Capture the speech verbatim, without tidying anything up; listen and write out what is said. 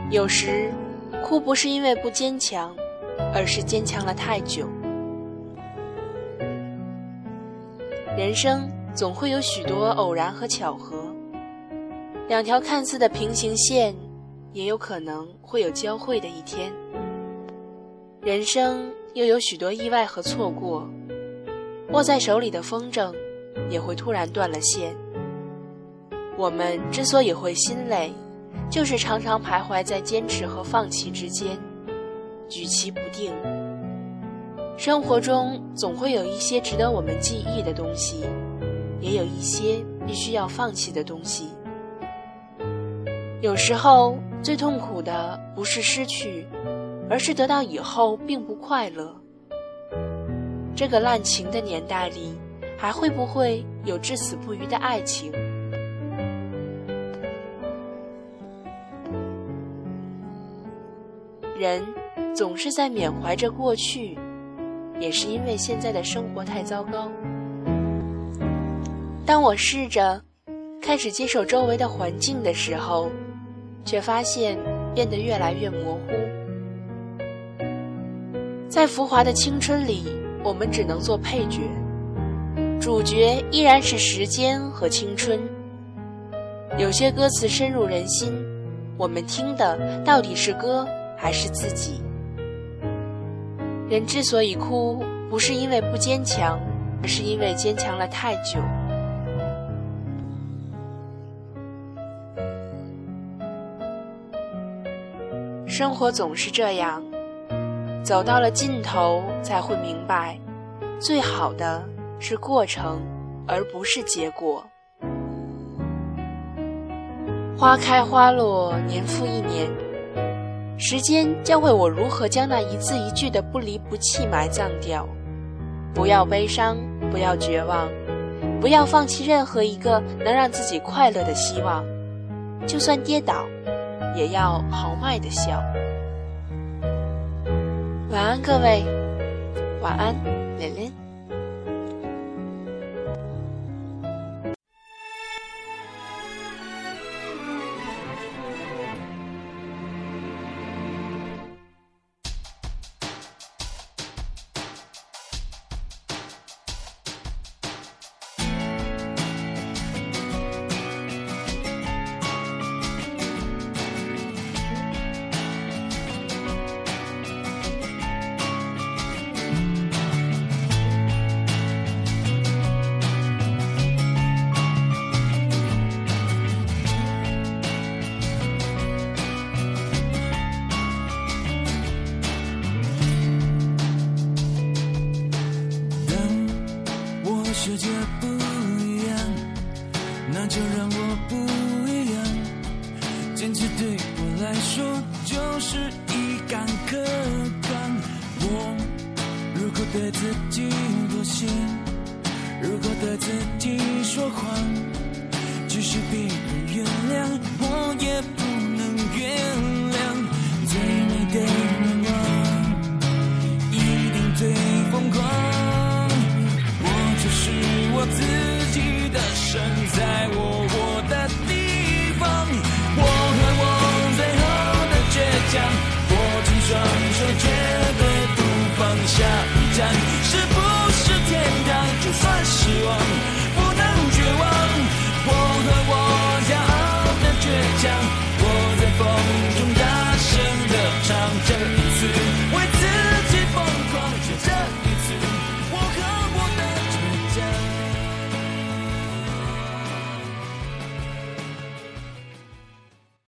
有时哭不是因为不坚强，而是坚强了太久。人生总会有许多偶然和巧合，两条看似的平行线也有可能会有交汇的一天。人生又有许多意外和错过，握在手里的风筝也会突然断了线。我们之所以会心累，就是常常徘徊在坚持和放弃之间，举棋不定。生活中总会有一些值得我们记忆的东西，也有一些必须要放弃的东西。有时候最痛苦的不是失去，而是得到以后并不快乐。这个滥情的年代里，还会不会有至死不渝的爱情？人总是在缅怀着过去，也是因为现在的生活太糟糕。当我试着开始接受周围的环境的时候，却发现变得越来越模糊。在浮华的青春里，我们只能做配角，主角依然是时间和青春。有些歌词深入人心，我们听的到底是歌还是自己？人之所以哭，不是因为不坚强，而是因为坚强了太久。生活总是这样，走到了尽头才会明白，最好的是过程，而不是结果。花开花落，年复一年，时间教会我如何将那一字一句的不离不弃埋葬掉。不要悲伤，不要绝望，不要放弃任何一个能让自己快乐的希望，就算跌倒也要豪迈地笑。晚安各位，晚安蕾蕾。 世界不一样，那就让我不一样。坚持对我来说就是一杆客观。我如果对自己妥协，如果对自己说谎，只是逼